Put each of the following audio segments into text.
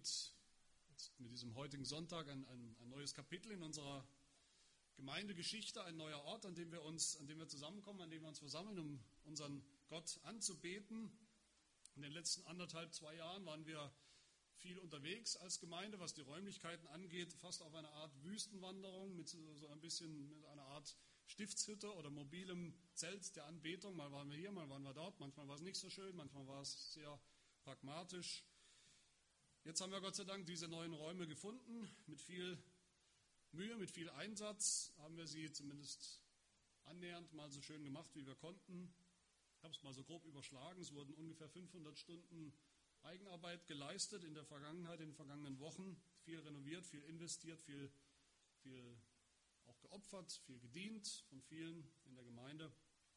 beginnt jetzt mit diesem heutigen Sonntag ein neues Kapitel in unserer Gemeindegeschichte, ein neuer Ort, an dem wir zusammenkommen, an dem wir uns versammeln, um unseren Gott anzubeten. In den letzten 2 Jahren waren wir viel unterwegs als Gemeinde, was die Räumlichkeiten angeht, fast auf eine Art Wüstenwanderung mit so ein bisschen mit einer Art Stiftshütte oder mobilem Zelt der Anbetung. Mal waren wir hier, mal waren wir dort, manchmal war es nicht so schön, manchmal war es sehr pragmatisch. Jetzt haben wir Gott sei Dank diese neuen Räume gefunden. Mit viel Mühe, mit viel Einsatz haben wir sie zumindest annähernd mal so schön gemacht, wie wir konnten. Ich habe es mal so grob überschlagen. Es wurden ungefähr 500 Stunden Eigenarbeit geleistet in der Vergangenheit, in den vergangenen Wochen. Viel renoviert, viel investiert, viel auch geopfert, viel gedient von vielen in der Gemeinde.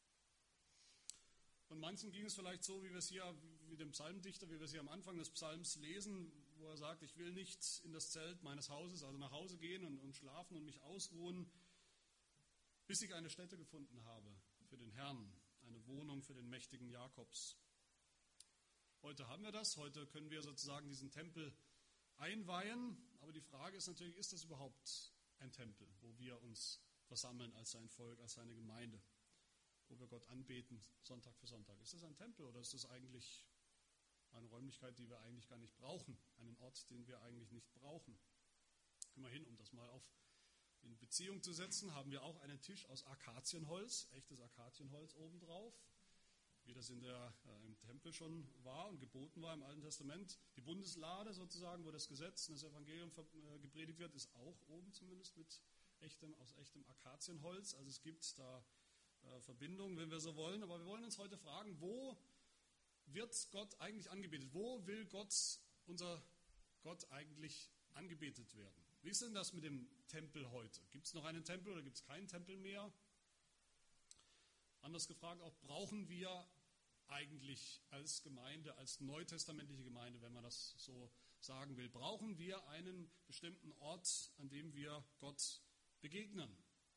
Und manchen ging es vielleicht so, wie wir es hier, wie dem Psalmdichter, wie wir es hier am Anfang des Psalms lesen, wo er sagt, ich will nicht in das Zelt meines Hauses, also nach Hause gehen und schlafen und mich ausruhen, bis ich eine Stätte gefunden habe für den Herrn, eine Wohnung für den mächtigen Jakobs. Heute haben wir das, heute können wir sozusagen diesen Tempel einweihen, aber die Frage ist natürlich, ist das überhaupt ein Tempel, wo wir uns versammeln als sein Volk, als seine Gemeinde, wo wir Gott anbeten, Sonntag für Sonntag. Ist das ein Tempel oder ist das eigentlich eine Räumlichkeit, die wir eigentlich gar nicht brauchen, einen Ort, den wir eigentlich nicht brauchen? Immerhin, um das mal in Beziehung zu setzen, haben wir auch einen Tisch aus Akazienholz, echtes Akazienholz obendrauf, wie das im Tempel schon war und geboten war im Alten Testament. Die Bundeslade sozusagen, wo das Gesetz und das Evangelium gepredigt wird, ist auch oben zumindest aus echtem Akazienholz. Also es gibt da Verbindungen, wenn wir so wollen. Aber wir wollen uns heute fragen, wo wird Gott eigentlich angebetet? Wo will unser Gott eigentlich angebetet werden? Wie ist denn das mit dem Tempel heute? Gibt es noch einen Tempel oder gibt es keinen Tempel mehr? Anders gefragt, auch brauchen wir eigentlich als Gemeinde, als neutestamentliche Gemeinde, wenn man das so sagen will, brauchen wir einen bestimmten Ort, an dem wir Gott begegnen?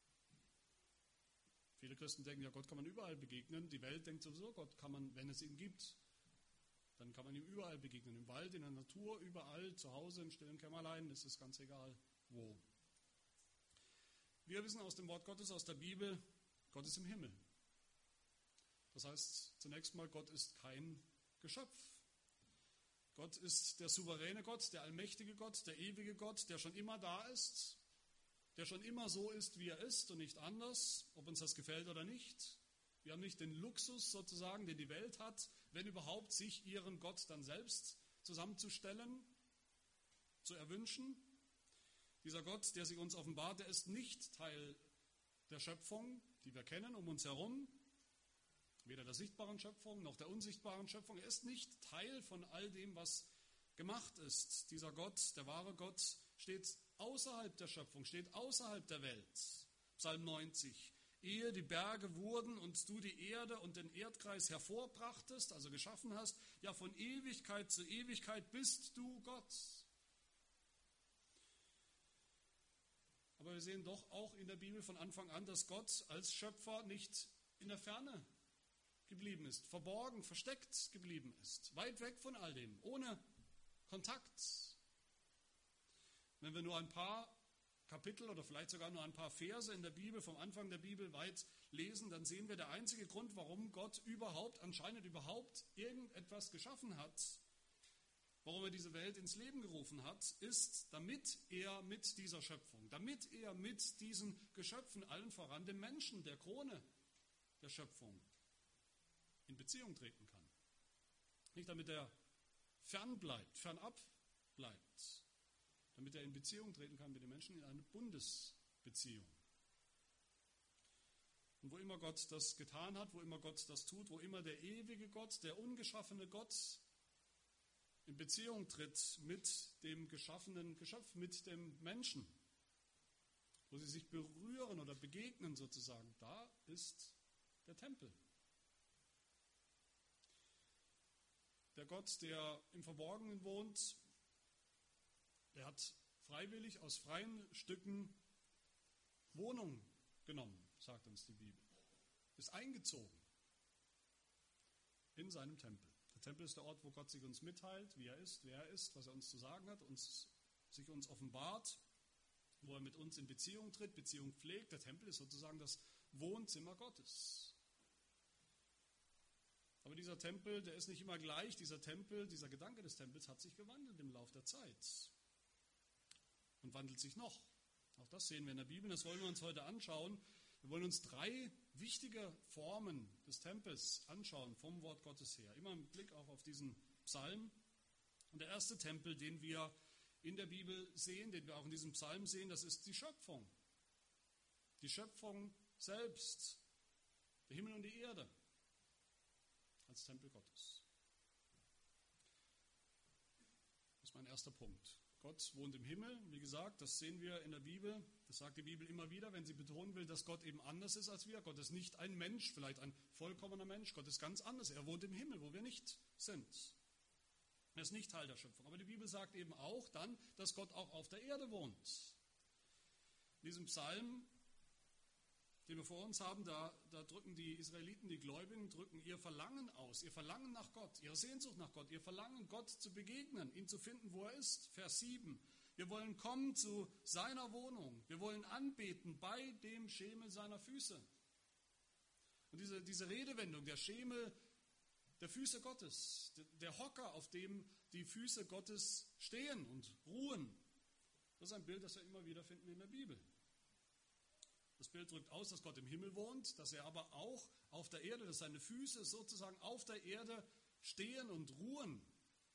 Viele Christen denken, ja, Gott kann man überall begegnen. Die Welt denkt sowieso, Gott kann man, wenn es ihn gibt, dann kann man ihm überall begegnen. Im Wald, in der Natur, überall, zu Hause, im stillen Kämmerlein, ist es ganz egal, wo. Wir wissen aus dem Wort Gottes, aus der Bibel, Gott ist im Himmel. Das heißt, zunächst mal, Gott ist kein Geschöpf. Gott ist der souveräne Gott, der allmächtige Gott, der ewige Gott, der schon immer da ist, der schon immer so ist, wie er ist und nicht anders, ob uns das gefällt oder nicht. Wir haben nicht den Luxus sozusagen, den die Welt hat, wenn überhaupt, sich ihren Gott dann selbst zusammenzustellen, zu erwünschen. Dieser Gott, der sich uns offenbart, der ist nicht Teil der Schöpfung, die wir kennen um uns herum, weder der sichtbaren Schöpfung noch der unsichtbaren Schöpfung. Er ist nicht Teil von all dem, was gemacht ist. Dieser Gott, der wahre Gott, steht außerhalb der Schöpfung, steht außerhalb der Welt. Psalm 90. Ehe die Berge wurden und du die Erde und den Erdkreis hervorbrachtest, also geschaffen hast, ja von Ewigkeit zu Ewigkeit bist du Gott. Aber wir sehen doch auch in der Bibel von Anfang an, dass Gott als Schöpfer nicht in der Ferne geblieben ist, verborgen, versteckt geblieben ist, weit weg von all dem, ohne Kontakt. Wenn wir nur ein paar Kapitel oder vielleicht sogar nur ein paar Verse in der Bibel, vom Anfang der Bibel weit lesen, dann sehen wir, der einzige Grund, warum Gott anscheinend überhaupt irgendetwas geschaffen hat, warum er diese Welt ins Leben gerufen hat, ist, damit er mit dieser Schöpfung, damit er mit diesen Geschöpfen, allen voran dem Menschen, der Krone der Schöpfung, in Beziehung treten kann. Nicht damit er fernab bleibt, damit er in Beziehung treten kann mit den Menschen, in eine Bundesbeziehung. Und wo immer Gott das getan hat, wo immer Gott das tut, wo immer der ewige Gott, der ungeschaffene Gott in Beziehung tritt mit dem geschaffenen Geschöpf, mit dem Menschen, wo sie sich berühren oder begegnen sozusagen, da ist der Tempel. Der Gott, der im Verborgenen wohnt, der hat freiwillig aus freien Stücken Wohnung genommen, sagt uns die Bibel. Ist eingezogen in seinem Tempel. Der Tempel ist der Ort, wo Gott sich uns mitteilt, wie er ist, wer er ist, was er uns zu sagen hat, sich uns offenbart, wo er mit uns in Beziehung tritt, Beziehung pflegt. Der Tempel ist sozusagen das Wohnzimmer Gottes. Aber dieser Tempel, der ist nicht immer gleich. Dieser Gedanke des Tempels hat sich gewandelt im Laufe der Zeit und wandelt sich noch. Auch das sehen wir in der Bibel, das wollen wir uns heute anschauen. Wir wollen uns 3 wichtige Formen des Tempels anschauen, vom Wort Gottes her. Immer im Blick auch auf diesen Psalm. Und der erste Tempel, den wir in der Bibel sehen, den wir auch in diesem Psalm sehen, das ist die Schöpfung. Die Schöpfung selbst, der Himmel und die Erde als Tempel Gottes. Das ist mein erster Punkt. Gott wohnt im Himmel, wie gesagt, das sehen wir in der Bibel, das sagt die Bibel immer wieder, wenn sie betonen will, dass Gott eben anders ist als wir. Gott ist nicht ein Mensch, vielleicht ein vollkommener Mensch, Gott ist ganz anders. Er wohnt im Himmel, wo wir nicht sind. Er ist nicht Teil der Schöpfung. Aber die Bibel sagt eben auch dann, dass Gott auch auf der Erde wohnt. In diesem Psalm, den wir vor uns haben, da drücken die Israeliten, die Gläubigen, drücken ihr Verlangen aus, ihr Verlangen nach Gott, ihre Sehnsucht nach Gott, ihr Verlangen, Gott zu begegnen, ihn zu finden, wo er ist. Vers 7. Wir wollen kommen zu seiner Wohnung. Wir wollen anbeten bei dem Schemel seiner Füße. Und diese Redewendung, der Schemel der Füße Gottes, der Hocker, auf dem die Füße Gottes stehen und ruhen, das ist ein Bild, das wir immer wieder finden in der Bibel. Das Bild drückt aus, dass Gott im Himmel wohnt, dass er aber auch auf der Erde, dass seine Füße sozusagen auf der Erde stehen und ruhen.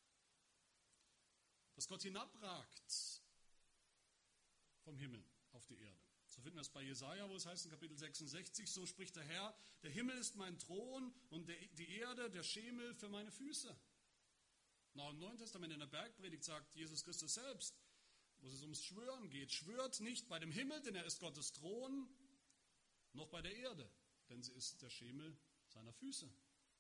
Dass Gott hinabragt vom Himmel auf die Erde. So finden wir es bei Jesaja, wo es heißt in Kapitel 66, so spricht der Herr, der Himmel ist mein Thron und die Erde der Schemel für meine Füße. Nach im Neuen Testament in der Bergpredigt sagt Jesus Christus selbst, wo es ums Schwören geht, schwört nicht bei dem Himmel, denn er ist Gottes Thron, noch bei der Erde, denn sie ist der Schemel seiner Füße.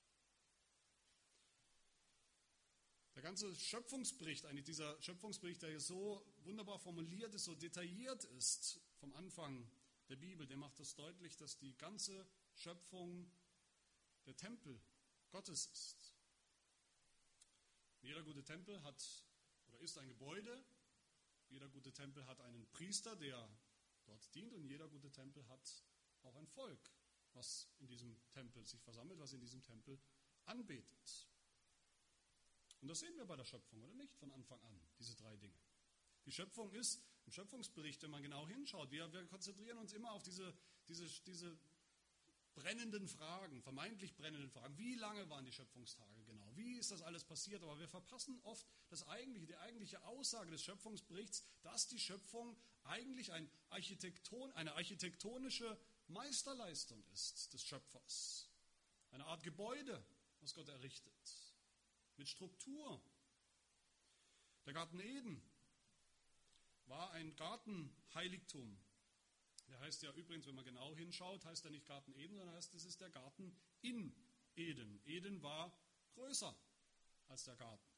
Der ganze Schöpfungsbericht, eigentlich dieser Schöpfungsbericht, der hier so wunderbar formuliert ist, so detailliert ist vom Anfang der Bibel, der macht das deutlich, dass die ganze Schöpfung der Tempel Gottes ist. Jeder gute Tempel hat oder ist ein Gebäude, jeder gute Tempel hat einen Priester, der dort dient, und jeder gute Tempel hat auch ein Volk, was in diesem Tempel sich versammelt, was in diesem Tempel anbetet. Und das sehen wir bei der Schöpfung, oder nicht? Von Anfang an, diese 3 Dinge. Die Schöpfung ist im Schöpfungsbericht, wenn man genau hinschaut, wir konzentrieren uns immer auf diese brennenden Fragen, vermeintlich brennenden Fragen. Wie lange waren die Schöpfungstage genau? Wie ist das alles passiert? Aber wir verpassen oft die eigentliche Aussage des Schöpfungsberichts, dass die Schöpfung eigentlich eine architektonische Meisterleistung ist des Schöpfers. Eine Art Gebäude, was Gott errichtet. Mit Struktur. Der Garten Eden war ein Gartenheiligtum. Der heißt ja übrigens, wenn man genau hinschaut, heißt er nicht Garten Eden, sondern heißt, es ist der Garten in Eden. Eden war größer als der Garten.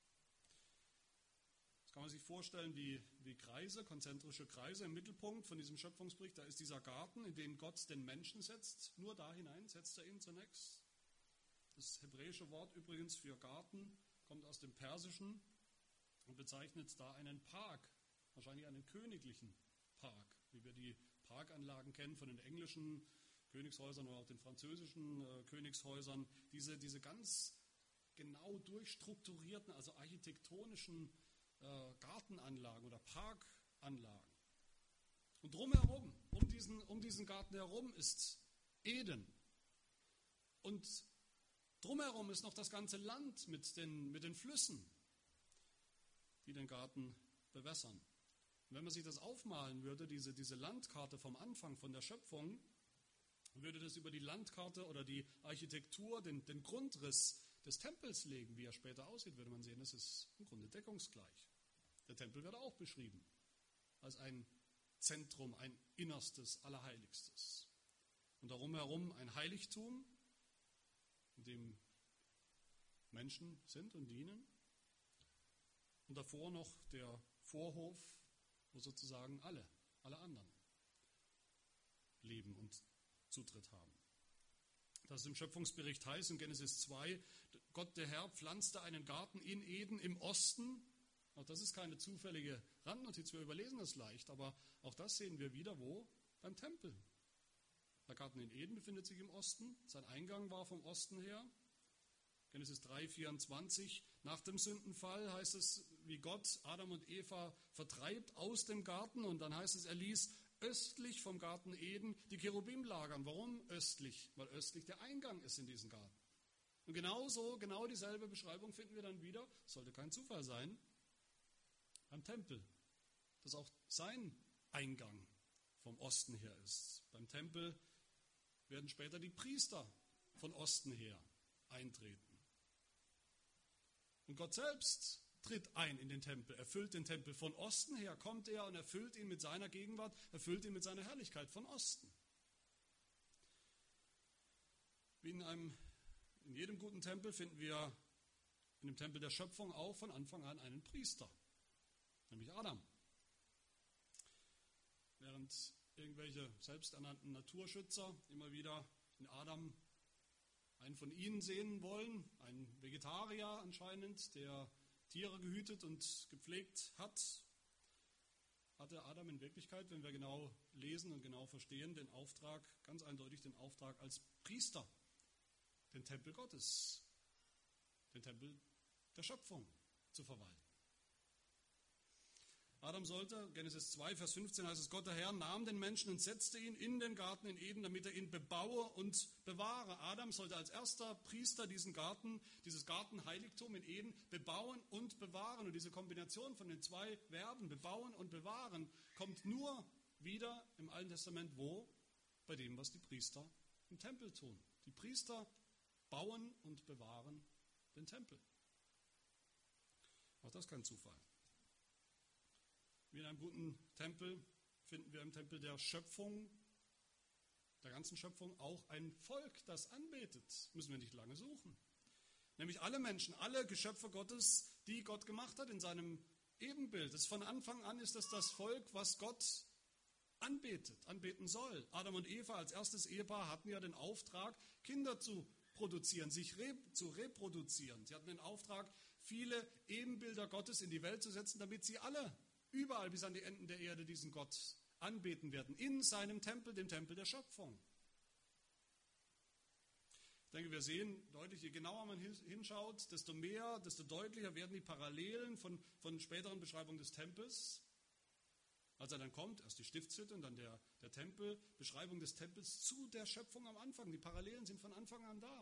Das kann man sich vorstellen wie Kreise, konzentrische Kreise im Mittelpunkt von diesem Schöpfungsbericht. Da ist dieser Garten, in den Gott den Menschen setzt. Nur da hinein setzt er ihn zunächst. Das hebräische Wort übrigens für Garten kommt aus dem Persischen und bezeichnet da einen Park, wahrscheinlich einen königlichen Park, wie wir die Parkanlagen kennen von den englischen Königshäusern oder auch den französischen Königshäusern. Diese ganz genau durchstrukturierten, also architektonischen Gartenanlagen oder Parkanlagen. Und drumherum, um diesen Garten herum ist Eden. Und drumherum ist noch das ganze Land mit den Flüssen, die den Garten bewässern. Und wenn man sich das aufmalen würde, diese Landkarte vom Anfang, von der Schöpfung, würde das über die Landkarte oder die Architektur, den Grundriss des Tempels legen, wie er später aussieht, würde man sehen, das ist im Grunde deckungsgleich. Der Tempel wird auch beschrieben als ein Zentrum, ein Innerstes, Allerheiligstes. Und darum herum ein Heiligtum, in dem Menschen sind und dienen. Und davor noch der Vorhof, wo sozusagen alle anderen leben und Zutritt haben. dass es im Schöpfungsbericht heißt, in Genesis 2, Gott der Herr pflanzte einen Garten in Eden im Osten. Auch das ist keine zufällige Randnotiz, wir überlesen das leicht, aber auch das sehen wir wieder, wo? Beim Tempel. Der Garten in Eden befindet sich im Osten, sein Eingang war vom Osten her. Genesis 3,24, nach dem Sündenfall heißt es, wie Gott Adam und Eva vertreibt aus dem Garten, und dann heißt es, er ließ östlich vom Garten Eden die Cherubim lagern. Warum östlich? Weil östlich der Eingang ist in diesen Garten. Und genau dieselbe Beschreibung finden wir dann wieder, sollte kein Zufall sein, beim Tempel, dass auch sein Eingang vom Osten her ist. Beim Tempel werden später die Priester von Osten her eintreten. Und Gott selbst tritt ein in den Tempel, erfüllt den Tempel. Von Osten her kommt er und erfüllt ihn mit seiner Gegenwart, erfüllt ihn mit seiner Herrlichkeit von Osten. Wie in jedem guten Tempel finden wir in dem Tempel der Schöpfung auch von Anfang an einen Priester, nämlich Adam. Während irgendwelche selbsternannten Naturschützer immer wieder in Adam einen von ihnen sehen wollen, ein Vegetarier anscheinend, der Tiere gehütet und gepflegt hat, hatte Adam in Wirklichkeit, wenn wir genau lesen und genau verstehen, den Auftrag, ganz eindeutig den Auftrag als Priester, den Tempel Gottes, den Tempel der Schöpfung zu verwalten. Adam sollte, Genesis 2, Vers 15 heißt es, Gott der Herr nahm den Menschen und setzte ihn in den Garten in Eden, damit er ihn bebaue und bewahre. Adam sollte als erster Priester diesen Garten, dieses Gartenheiligtum in Eden bebauen und bewahren. Und diese Kombination von den zwei Verben, bebauen und bewahren, kommt nur wieder im Alten Testament wo? Bei dem, was die Priester im Tempel tun. Die Priester bauen und bewahren den Tempel. Auch das kein Zufall. Wie in einem guten Tempel finden wir im Tempel der Schöpfung, der ganzen Schöpfung, auch ein Volk, das anbetet. Müssen wir nicht lange suchen. Nämlich alle Menschen, alle Geschöpfe Gottes, die Gott gemacht hat in seinem Ebenbild. Von Anfang an ist das Volk, was Gott anbetet, anbeten soll. Adam und Eva als erstes Ehepaar hatten ja den Auftrag, Kinder zu produzieren, sich zu reproduzieren. Sie hatten den Auftrag, viele Ebenbilder Gottes in die Welt zu setzen, damit sie alle überall bis an die Enden der Erde diesen Gott anbeten werden, in seinem Tempel, dem Tempel der Schöpfung. Ich denke, wir sehen deutlich, je genauer man hinschaut, desto mehr, desto deutlicher werden die Parallelen von späteren Beschreibungen des Tempels. Als er dann kommt, erst die Stiftshütte und dann der Tempel, Beschreibung des Tempels zu der Schöpfung am Anfang. Die Parallelen sind von Anfang an da.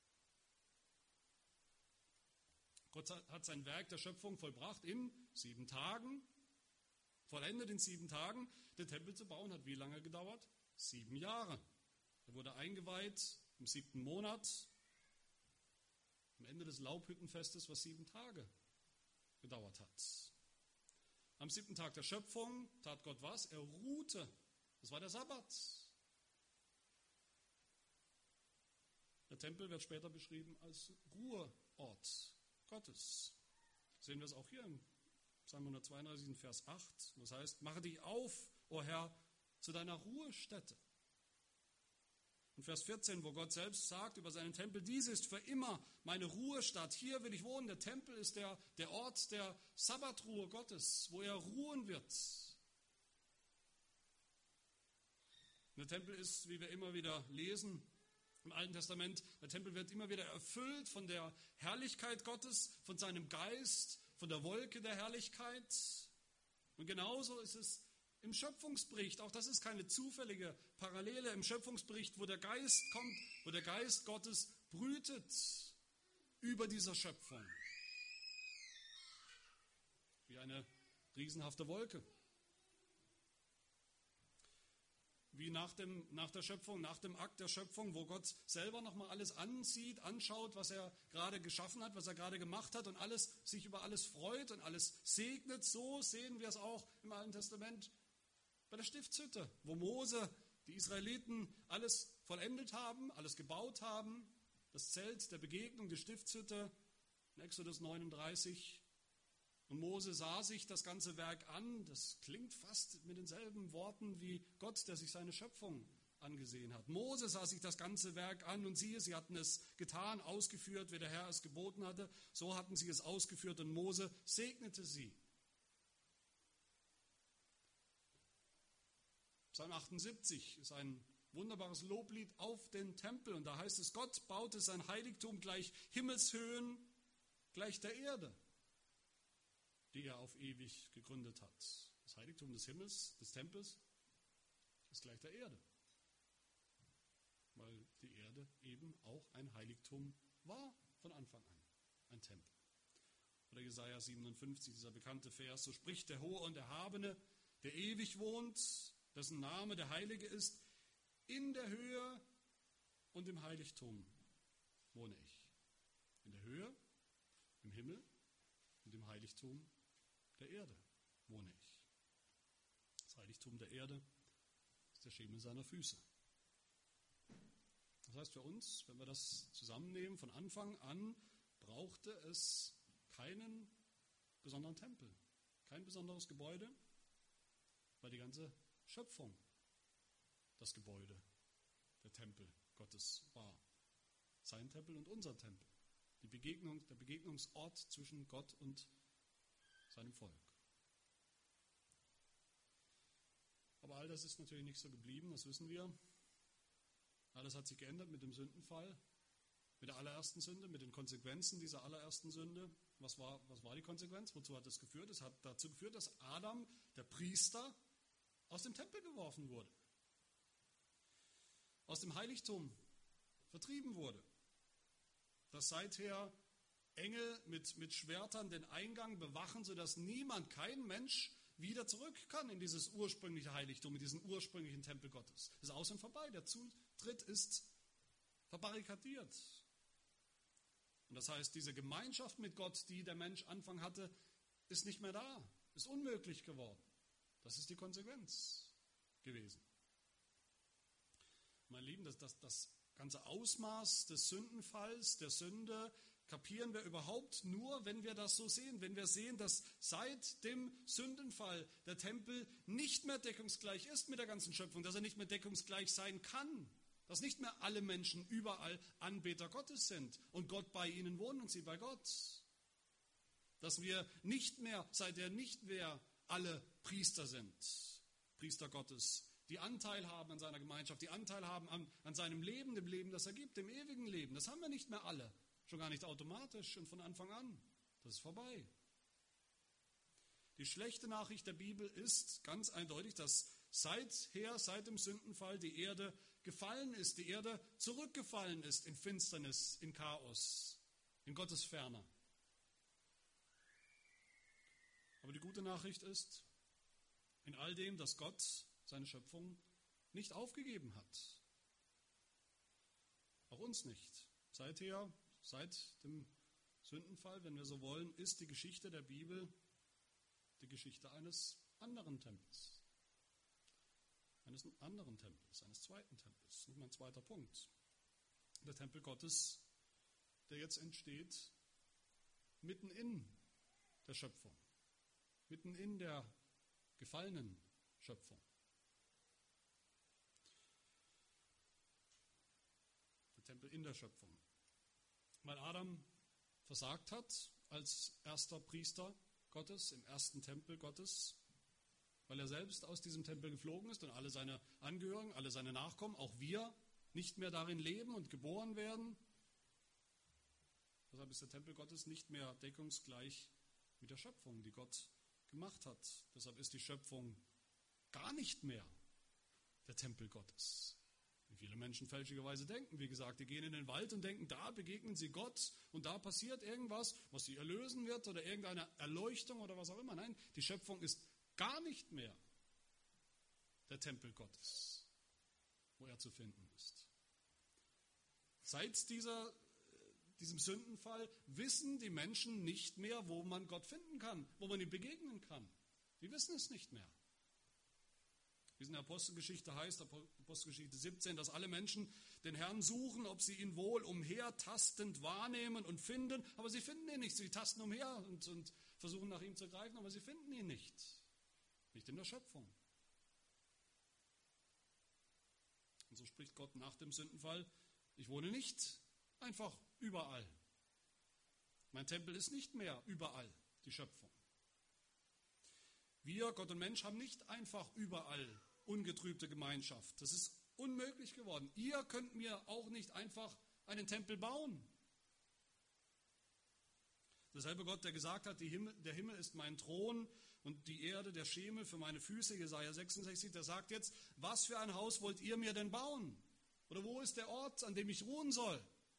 Gott hat sein Werk der Schöpfung vollbracht in 7 Tagen. Vollendet in 7 Tagen. Den Tempel zu bauen hat wie lange gedauert? 7 Jahre. Er wurde eingeweiht im 7. Monat, am Ende des Laubhüttenfestes, was 7 Tage gedauert hat. Am 7. Tag der Schöpfung tat Gott was? Er ruhte. Das war der Sabbat. Der Tempel wird später beschrieben als Ruheort Gottes. Sehen wir es auch hier im Psalm 132, Vers 8. Das heißt, mache dich auf, o Herr, zu deiner Ruhestätte. Und Vers 14, wo Gott selbst sagt über seinen Tempel, dies ist für immer meine Ruhestatt. Hier will ich wohnen. Der Tempel ist der Ort der Sabbatruhe Gottes, wo er ruhen wird. Der Tempel ist, wie wir immer wieder lesen im Alten Testament, der Tempel wird immer wieder erfüllt von der Herrlichkeit Gottes, von seinem Geist, von der Wolke der Herrlichkeit. Und genauso ist es im Schöpfungsbericht. Auch das ist keine zufällige Parallele. Im Schöpfungsbericht, wo der Geist kommt, wo der Geist Gottes brütet über dieser Schöpfung. Wie eine riesenhafte Wolke. Wie nach der Schöpfung, nach dem Akt der Schöpfung, wo Gott selber nochmal alles ansieht, anschaut, was er gerade geschaffen hat, was er gerade gemacht hat und sich über alles freut und alles segnet. So sehen wir es auch im Alten Testament bei der Stiftshütte, wo Mose, die Israeliten alles vollendet haben, alles gebaut haben. Das Zelt der Begegnung, die Stiftshütte in Exodus 39. Und Mose sah sich das ganze Werk an. Das klingt fast mit denselben Worten wie Gott, der sich seine Schöpfung angesehen hat. Mose sah sich das ganze Werk an und siehe, sie hatten es getan, ausgeführt, wie der Herr es geboten hatte. So hatten sie es ausgeführt und Mose segnete sie. Psalm 78 ist ein wunderbares Loblied auf den Tempel. Und da heißt es, Gott baute sein Heiligtum gleich Himmelshöhen, gleich der Erde, die er auf ewig gegründet hat. Das Heiligtum des Himmels, des Tempels, ist gleich der Erde. Weil die Erde eben auch ein Heiligtum war von Anfang an, ein Tempel. Oder Jesaja 57, dieser bekannte Vers, so spricht der Hohe und Erhabene, der ewig wohnt, dessen Name der Heilige ist, in der Höhe und im Heiligtum wohne ich. In der Höhe, im Himmel und im Heiligtum der Erde wohne ich. Das Heiligtum der Erde ist der Schemel seiner Füße. Das heißt für uns, wenn wir das zusammennehmen, von Anfang an brauchte es keinen besonderen Tempel, kein besonderes Gebäude, weil die ganze Schöpfung das Gebäude, der Tempel Gottes war. Sein Tempel und unser Tempel. Der Begegnungsort zwischen Gott und seinem Volk. Aber all das ist natürlich nicht so geblieben, das wissen wir. Alles hat sich geändert mit dem Sündenfall, mit der allerersten Sünde, mit den Konsequenzen dieser allerersten Sünde. Was war die Konsequenz? Wozu hat es geführt? Es hat dazu geführt, dass Adam, der Priester, aus dem Tempel geworfen wurde. Aus dem Heiligtum vertrieben wurde. Dass seither Engel mit Schwertern den Eingang bewachen, sodass niemand, kein Mensch wieder zurück kann in dieses ursprüngliche Heiligtum, in diesen ursprünglichen Tempel Gottes. Das ist aus und vorbei. Der Zutritt ist verbarrikadiert. Und das heißt, diese Gemeinschaft mit Gott, die der Mensch Anfang hatte, ist nicht mehr da, ist unmöglich geworden. Das ist die Konsequenz gewesen. Meine Lieben, das ganze Ausmaß des Sündenfalls, der Sünde, kapieren wir überhaupt nur, wenn wir das so sehen. Wenn wir sehen, dass seit dem Sündenfall der Tempel nicht mehr deckungsgleich ist mit der ganzen Schöpfung, dass er nicht mehr deckungsgleich sein kann, dass nicht mehr alle Menschen überall Anbeter Gottes sind und Gott bei ihnen wohnt und sie bei Gott. Dass wir seither nicht mehr alle Priester sind, Priester Gottes, die Anteil haben an seiner Gemeinschaft, die Anteil haben an seinem Leben, dem Leben, das er gibt, dem ewigen Leben. Das haben wir nicht mehr alle, schon gar nicht automatisch und von Anfang an. Das ist vorbei. Die schlechte Nachricht der Bibel ist ganz eindeutig, dass seit dem Sündenfall die Erde gefallen ist, die Erde zurückgefallen ist in Finsternis, in Chaos, in Gottes Ferne. Aber die gute Nachricht ist, in all dem, dass Gott seine Schöpfung nicht aufgegeben hat. Auch uns nicht. Seit dem Sündenfall, wenn wir so wollen, ist die Geschichte der Bibel die Geschichte eines anderen Tempels. Eines anderen Tempels, eines zweiten Tempels. Das ist mein zweiter Punkt. Der Tempel Gottes, der jetzt entsteht, mitten in der Schöpfung. Mitten in der gefallenen Schöpfung. Der Tempel in der Schöpfung. Weil Adam versagt hat als erster Priester Gottes, im ersten Tempel Gottes, weil er selbst aus diesem Tempel geflogen ist und alle seine Angehörigen, alle seine Nachkommen, auch wir, nicht mehr darin leben und geboren werden. Deshalb ist der Tempel Gottes nicht mehr deckungsgleich mit der Schöpfung, die Gott gemacht hat. Deshalb ist die Schöpfung gar nicht mehr der Tempel Gottes. Wie viele Menschen fälschlicherweise denken. Wie gesagt, die gehen in den Wald und denken, da begegnen sie Gott und da passiert irgendwas, was sie erlösen wird oder irgendeine Erleuchtung oder was auch immer. Nein, die Schöpfung ist gar nicht mehr der Tempel Gottes, wo er zu finden ist. Seit diesem Sündenfall wissen die Menschen nicht mehr, wo man Gott finden kann, wo man ihm begegnen kann. Die wissen es nicht mehr. Wie es in der Apostelgeschichte heißt, Apostelgeschichte 17, dass alle Menschen den Herrn suchen, ob sie ihn wohl umhertastend wahrnehmen und finden, aber sie finden ihn nicht. Sie tasten umher und versuchen nach ihm zu greifen, aber sie finden ihn nicht. Nicht in der Schöpfung. Und so spricht Gott nach dem Sündenfall, ich wohne nicht einfach überall. Mein Tempel ist nicht mehr überall die Schöpfung. Wir, Gott und Mensch, haben nicht einfach überall ungetrübte Gemeinschaft. Das ist unmöglich geworden. Ihr könnt mir auch nicht einfach einen Tempel bauen. Derselbe Gott, der gesagt hat, der Himmel ist mein Thron und die Erde der Schemel für meine Füße, Jesaja 66, der sagt jetzt, was für ein Haus wollt ihr mir denn bauen? Oder wo ist der Ort, an dem ich ruhen soll?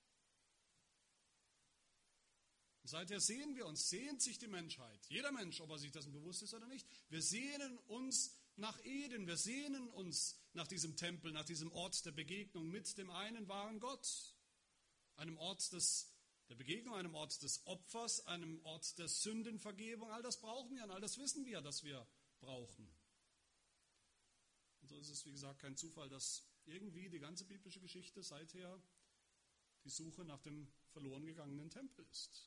Und seither sehen wir uns, sehnt sich die Menschheit, jeder Mensch, ob er sich dessen bewusst ist oder nicht, wir sehnen uns nach Eden, wir sehnen uns nach diesem Tempel, nach diesem Ort der Begegnung mit dem einen wahren Gott, einem Ort der Begegnung, einem Ort des Opfers, einem Ort der Sündenvergebung. All das brauchen wir und all das wissen wir, dass wir brauchen. Und so ist es, wie gesagt, kein Zufall, dass irgendwie die ganze biblische Geschichte seither die Suche nach dem verloren gegangenen Tempel ist.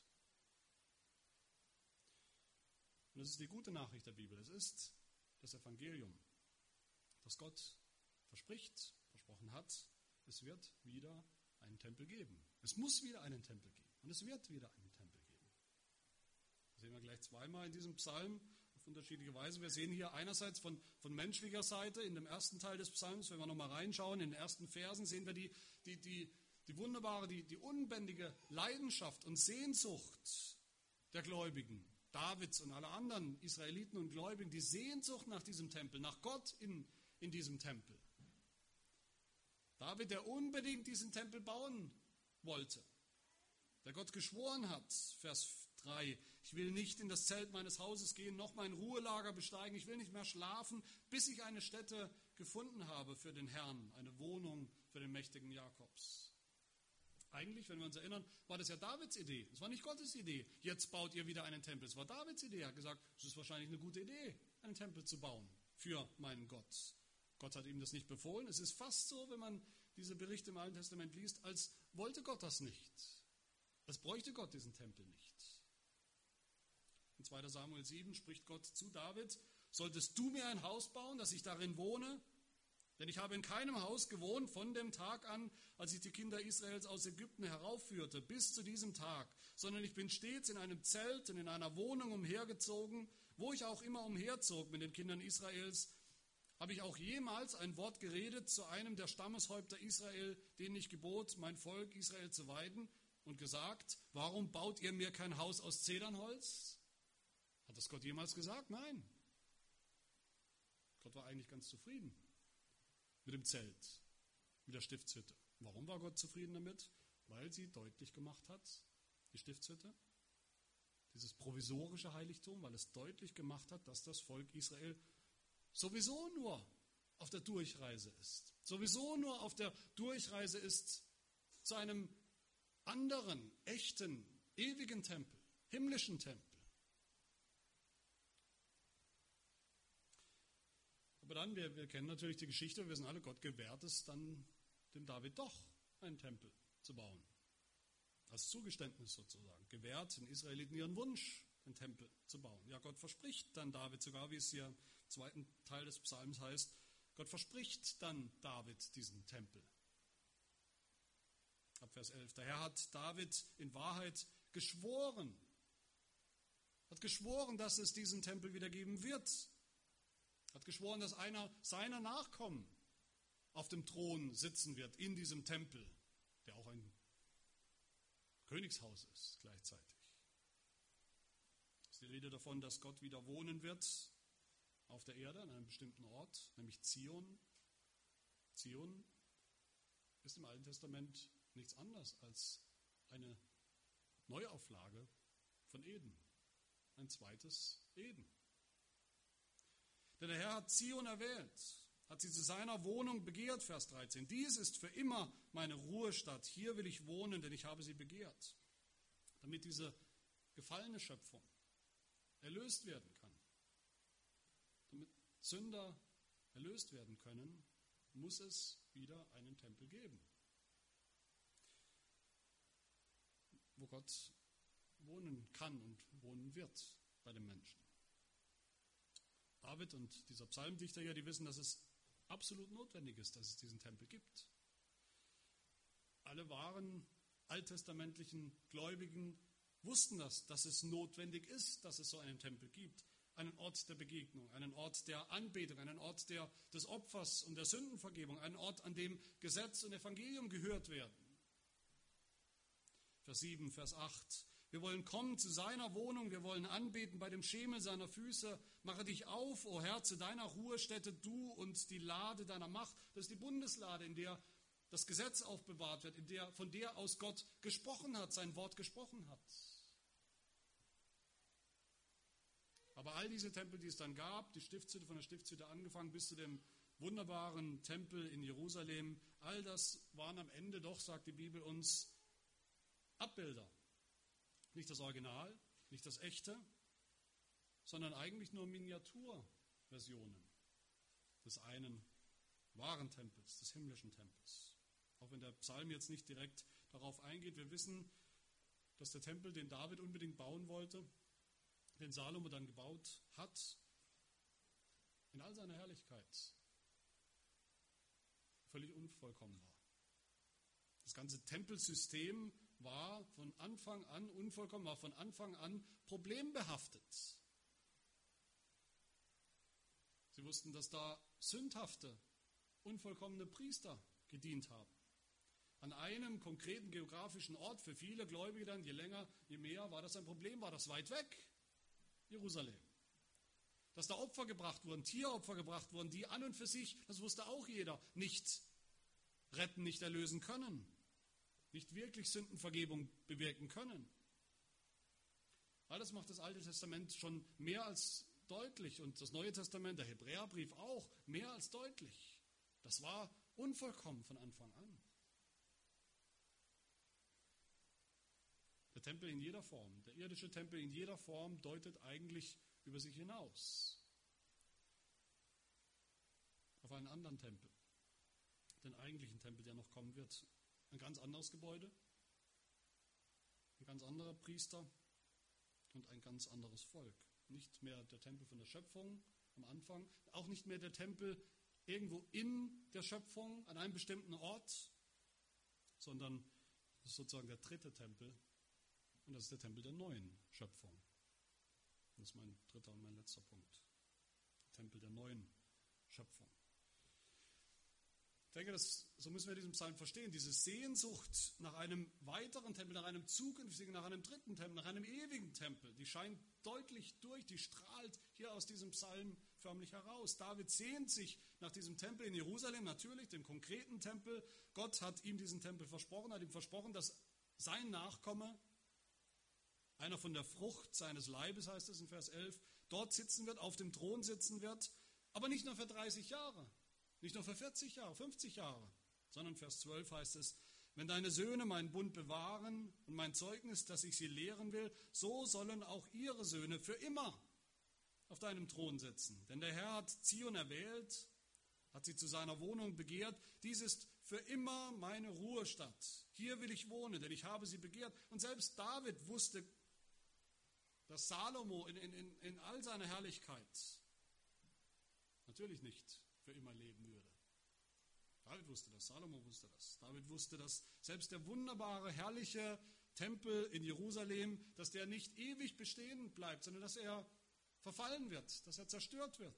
Und das ist die gute Nachricht der Bibel. Es ist das Evangelium, dass Gott versprochen hat, es wird wieder einen Tempel geben. Es muss wieder einen Tempel geben. Und es wird wieder einen Tempel geben. Das sehen wir gleich zweimal in diesem Psalm auf unterschiedliche Weise. Wir sehen hier einerseits von menschlicher Seite in dem ersten Teil des Psalms, wenn wir nochmal reinschauen, in den ersten Versen sehen wir die wunderbare, die unbändige Leidenschaft und Sehnsucht der Gläubigen, Davids und aller anderen Israeliten und Gläubigen, die Sehnsucht nach diesem Tempel, nach Gott in diesem Tempel. David, der unbedingt diesen Tempel bauen wollte, der Gott geschworen hat, Vers 3, ich will nicht in das Zelt meines Hauses gehen, noch mein Ruhelager besteigen, ich will nicht mehr schlafen, bis ich eine Stätte gefunden habe für den Herrn, eine Wohnung für den mächtigen Jakobs. Eigentlich, wenn wir uns erinnern, war das ja Davids Idee, es war nicht Gottes Idee, jetzt baut ihr wieder einen Tempel, es war Davids Idee, er hat gesagt, es ist wahrscheinlich eine gute Idee, einen Tempel zu bauen für meinen Gott. Gott hat ihm das nicht befohlen, es ist fast so, wenn man diese Berichte im Alten Testament liest, als wollte Gott das nicht. Es bräuchte Gott diesen Tempel nicht. In 2. Samuel 7 spricht Gott zu David, solltest du mir ein Haus bauen, dass ich darin wohne? Denn ich habe in keinem Haus gewohnt von dem Tag an, als ich die Kinder Israels aus Ägypten heraufführte, bis zu diesem Tag, sondern ich bin stets in einem Zelt und in einer Wohnung umhergezogen, wo ich auch immer umherzog mit den Kindern Israels, habe ich auch jemals ein Wort geredet zu einem der Stammeshäupter Israel, denen ich gebot, mein Volk Israel zu weiden, und gesagt, warum baut ihr mir kein Haus aus Zedernholz? Hat das Gott jemals gesagt? Nein. Gott war eigentlich ganz zufrieden mit dem Zelt, mit der Stiftshütte. Warum war Gott zufrieden damit? Weil sie deutlich gemacht hat, die Stiftshütte, dieses provisorische Heiligtum, weil es deutlich gemacht hat, dass das Volk Israel sowieso nur auf der Durchreise ist. Sowieso nur auf der Durchreise ist zu einem anderen, echten, ewigen Tempel, himmlischen Tempel. Aber dann, wir kennen natürlich die Geschichte, wir wissen alle, Gott gewährt es dann dem David doch, einen Tempel zu bauen. Als Zugeständnis sozusagen. Gewährt den Israeliten ihren Wunsch, den Tempel zu bauen. Ja, Gott verspricht dann David sogar, wie es hier im zweiten Teil des Psalms heißt, Gott verspricht dann David diesen Tempel. Ab Vers 11. Der Herr hat David in Wahrheit geschworen. Hat geschworen, dass es diesen Tempel wieder geben wird. Hat geschworen, dass einer seiner Nachkommen auf dem Thron sitzen wird, in diesem Tempel, der auch ein Königshaus ist gleichzeitig. Es ist die Rede davon, dass Gott wieder wohnen wird auf der Erde, an einem bestimmten Ort, nämlich Zion. Zion ist im Alten Testament nichts anderes als eine Neuauflage von Eden, ein zweites Eden. Denn der Herr hat Zion erwählt, hat sie zu seiner Wohnung begehrt, Vers 13. Dies ist für immer meine Ruhestadt, hier will ich wohnen, denn ich habe sie begehrt. Damit diese gefallene Schöpfung erlöst werden kann, damit Sünder erlöst werden können, muss es wieder einen Tempel geben, wo Gott wohnen kann und wohnen wird bei den Menschen. David und dieser Psalmdichter hier, die wissen, dass es absolut notwendig ist, dass es diesen Tempel gibt. Alle wahren alttestamentlichen Gläubigen wussten das, dass es notwendig ist, dass es so einen Tempel gibt. Einen Ort der Begegnung, einen Ort der Anbetung, einen Ort des Opfers und der Sündenvergebung, einen Ort, an dem Gesetz und Evangelium gehört werden. Vers 7, Vers 8. Wir wollen kommen zu seiner Wohnung, wir wollen anbeten bei dem Schemel seiner Füße. Mache dich auf, o Herr, zu deiner Ruhestätte, du und die Lade deiner Macht. Das ist die Bundeslade, in der das Gesetz aufbewahrt wird, von der aus Gott gesprochen hat, sein Wort gesprochen hat. Aber all diese Tempel, die es dann gab, die Stiftshütte, von der Stiftshütte angefangen bis zu dem wunderbaren Tempel in Jerusalem, all das waren am Ende doch, sagt die Bibel uns, Abbilder. Nicht das Original, nicht das Echte, sondern eigentlich nur Miniaturversionen des einen wahren Tempels, des himmlischen Tempels. Auch wenn der Psalm jetzt nicht direkt darauf eingeht, wir wissen, dass der Tempel, den David unbedingt bauen wollte, den Salomo dann gebaut hat, in all seiner Herrlichkeit völlig unvollkommen war. Das ganze Tempelsystem war von Anfang an unvollkommen, war von Anfang an problembehaftet. Sie wussten, dass da sündhafte, unvollkommene Priester gedient haben. An einem konkreten geografischen Ort, für viele Gläubige dann, je länger, je mehr, war das ein Problem, war das weit weg, Jerusalem. Dass da Opfer gebracht wurden, Tieropfer gebracht wurden, die an und für sich, das wusste auch jeder, nicht retten, nicht erlösen können, nicht wirklich Sündenvergebung bewirken können. Alles macht das Alte Testament schon mehr als deutlich und das Neue Testament, der Hebräerbrief auch, mehr als deutlich. Das war unvollkommen von Anfang an. Der Tempel in jeder Form, der irdische Tempel in jeder Form deutet eigentlich über sich hinaus auf einen anderen Tempel, den eigentlichen Tempel, der noch kommen wird. Ein ganz anderes Gebäude, ein ganz anderer Priester und ein ganz anderes Volk. Nicht mehr der Tempel von der Schöpfung am Anfang, auch nicht mehr der Tempel irgendwo in der Schöpfung an einem bestimmten Ort, sondern das ist sozusagen der dritte Tempel und das ist der Tempel der neuen Schöpfung. Das ist mein dritter und mein letzter Punkt. Der Tempel der neuen Schöpfung. Ich denke, so müssen wir diesen Psalm verstehen. Diese Sehnsucht nach einem weiteren Tempel, nach einem zukünftigen, nach einem dritten Tempel, nach einem ewigen Tempel, die scheint deutlich durch, die strahlt hier aus diesem Psalm förmlich heraus. David sehnt sich nach diesem Tempel in Jerusalem, natürlich, dem konkreten Tempel. Gott hat ihm diesen Tempel versprochen, hat ihm versprochen, dass sein Nachkomme, einer von der Frucht seines Leibes, heißt es in Vers 11, dort sitzen wird, auf dem Thron sitzen wird, aber nicht nur für 30 Jahre. Nicht nur für 40 Jahre, 50 Jahre, sondern Vers 12 heißt es, wenn deine Söhne meinen Bund bewahren und mein Zeugnis, dass ich sie lehren will, so sollen auch ihre Söhne für immer auf deinem Thron sitzen. Denn der Herr hat Zion erwählt, hat sie zu seiner Wohnung begehrt. Dies ist für immer meine Ruhestadt. Hier will ich wohnen, denn ich habe sie begehrt. Und selbst David wusste, dass Salomo in all seiner Herrlichkeit natürlich nicht für immer leben würde. David wusste das, Salomo wusste das. David wusste, dass selbst der wunderbare, herrliche Tempel in Jerusalem, dass der nicht ewig bestehen bleibt, sondern dass er verfallen wird, dass er zerstört wird.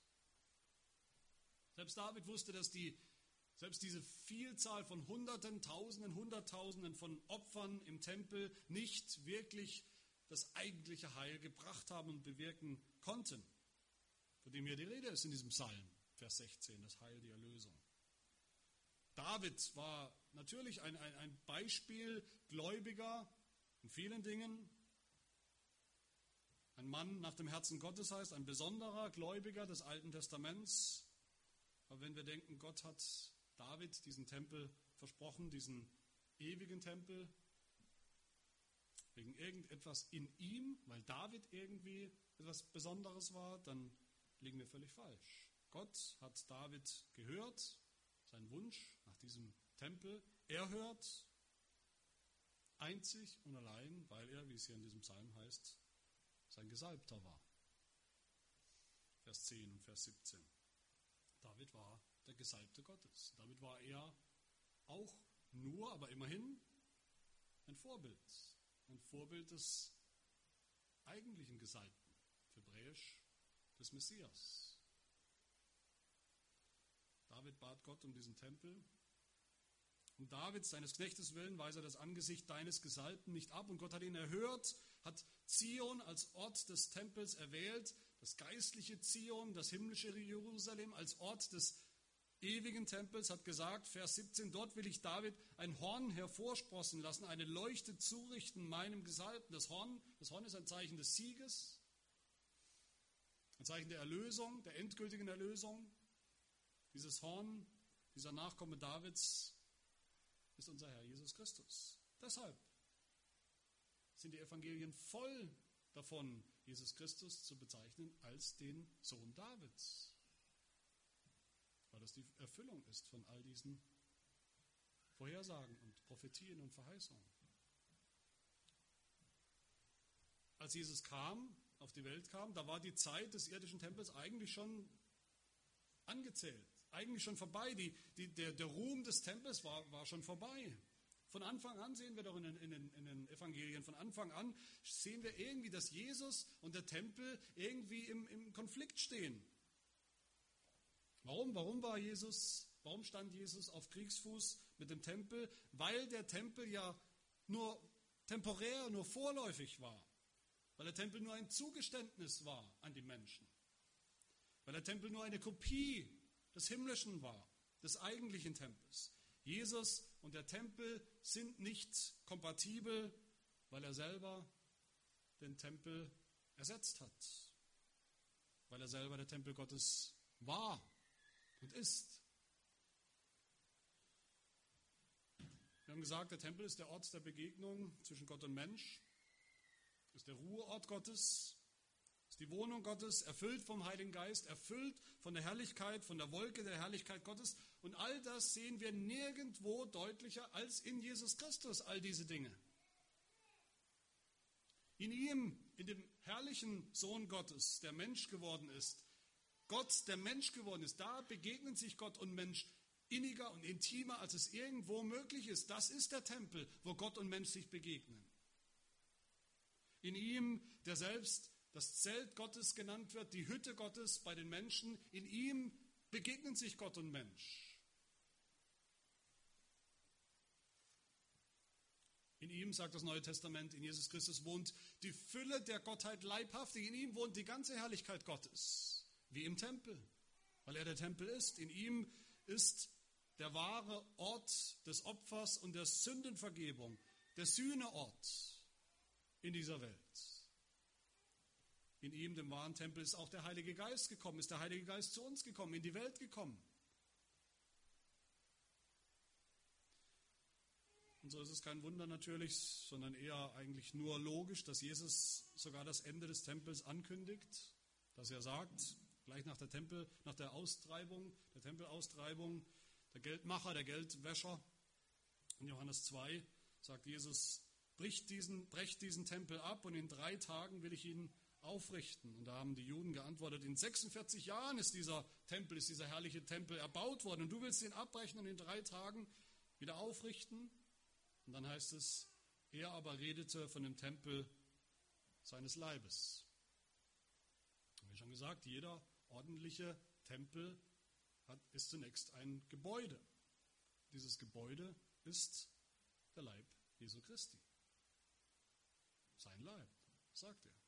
Selbst David wusste, dass selbst diese Vielzahl von Hunderten, Tausenden, Hunderttausenden von Opfern im Tempel nicht wirklich das eigentliche Heil gebracht haben und bewirken konnten, von dem hier die Rede ist in diesem Psalm. Vers 16, das Heil, die Erlösung. David war natürlich ein Beispiel Gläubiger in vielen Dingen. Ein Mann nach dem Herzen Gottes heißt, ein besonderer Gläubiger des Alten Testaments. Aber wenn wir denken, Gott hat David diesen Tempel versprochen, diesen ewigen Tempel, wegen irgendetwas in ihm, weil David irgendwie etwas Besonderes war, dann liegen wir völlig falsch. Gott hat David gehört, seinen Wunsch nach diesem Tempel. Er hört einzig und allein, weil er, wie es hier in diesem Psalm heißt, sein Gesalbter war. Vers 10 und Vers 17. David war der Gesalbte Gottes. David war er auch nur, aber immerhin ein Vorbild des eigentlichen Gesalbten, hebräisch des Messias. David bat Gott um diesen Tempel. Um Davids, seines Knechtes willen, weise er das Angesicht deines Gesalbten nicht ab. Und Gott hat ihn erhört, hat Zion als Ort des Tempels erwählt, das geistliche Zion, das himmlische Jerusalem als Ort des ewigen Tempels, hat gesagt, Vers 17, dort will ich David ein Horn hervorsprossen lassen, eine Leuchte zurichten meinem Gesalbten. Das Horn ist ein Zeichen des Sieges, ein Zeichen der Erlösung, der endgültigen Erlösung. Dieses Horn, dieser Nachkomme Davids, ist unser Herr Jesus Christus. Deshalb sind die Evangelien voll davon, Jesus Christus zu bezeichnen als den Sohn Davids. Weil das die Erfüllung ist von all diesen Vorhersagen und Prophetien und Verheißungen. Als Jesus auf die Welt kam, da war die Zeit des irdischen Tempels eigentlich schon angezählt, eigentlich schon vorbei. Der Ruhm des Tempels war schon vorbei. Von Anfang an sehen wir doch in den Evangelien, von Anfang an sehen wir irgendwie, dass Jesus und der Tempel irgendwie im Konflikt stehen. Warum stand Jesus auf Kriegsfuß mit dem Tempel? Weil der Tempel ja nur temporär, nur vorläufig war. Weil der Tempel nur ein Zugeständnis war an die Menschen. Weil der Tempel nur eine Kopie des Himmlischen war, des eigentlichen Tempels. Jesus und der Tempel sind nicht kompatibel, weil er selber den Tempel ersetzt hat. Weil er selber der Tempel Gottes war und ist. Wir haben gesagt, der Tempel ist der Ort der Begegnung zwischen Gott und Mensch, ist der Ruheort Gottes, ist die Wohnung Gottes, erfüllt vom Heiligen Geist, erfüllt von der Herrlichkeit, von der Wolke der Herrlichkeit Gottes. Und all das sehen wir nirgendwo deutlicher als in Jesus Christus, all diese Dinge. In ihm, in dem herrlichen Sohn Gottes, der Mensch geworden ist, Gott, der Mensch geworden ist, da begegnen sich Gott und Mensch inniger und intimer, als es irgendwo möglich ist. Das ist der Tempel, wo Gott und Mensch sich begegnen. In ihm, der selbst das Zelt Gottes genannt wird, die Hütte Gottes bei den Menschen, in ihm begegnen sich Gott und Mensch. In ihm, sagt das Neue Testament, in Jesus Christus wohnt die Fülle der Gottheit leibhaftig. In ihm wohnt die ganze Herrlichkeit Gottes, wie im Tempel, weil er der Tempel ist. In ihm ist der wahre Ort des Opfers und der Sündenvergebung, der Sühneort in dieser Welt. In ihm, dem wahren Tempel, ist auch der Heilige Geist gekommen, ist der Heilige Geist zu uns gekommen, in die Welt gekommen. Und so ist es kein Wunder natürlich, sondern eher eigentlich nur logisch, dass Jesus sogar das Ende des Tempels ankündigt, dass er sagt, gleich nach der Tempelaustreibung, der Geldmacher, der Geldwäscher, in Johannes 2 sagt Jesus, brecht diesen Tempel ab und in 3 Tagen will ich ihn aufrichten. Und da haben die Juden geantwortet, in 46 Jahren ist dieser herrliche Tempel erbaut worden und du willst ihn abbrechen und in 3 Tagen wieder aufrichten? Und dann heißt es, er aber redete von dem Tempel seines Leibes. Wie schon gesagt, jeder ordentliche Tempel ist zunächst ein Gebäude. Dieses Gebäude ist der Leib Jesu Christi. Sein Leib, sagt er.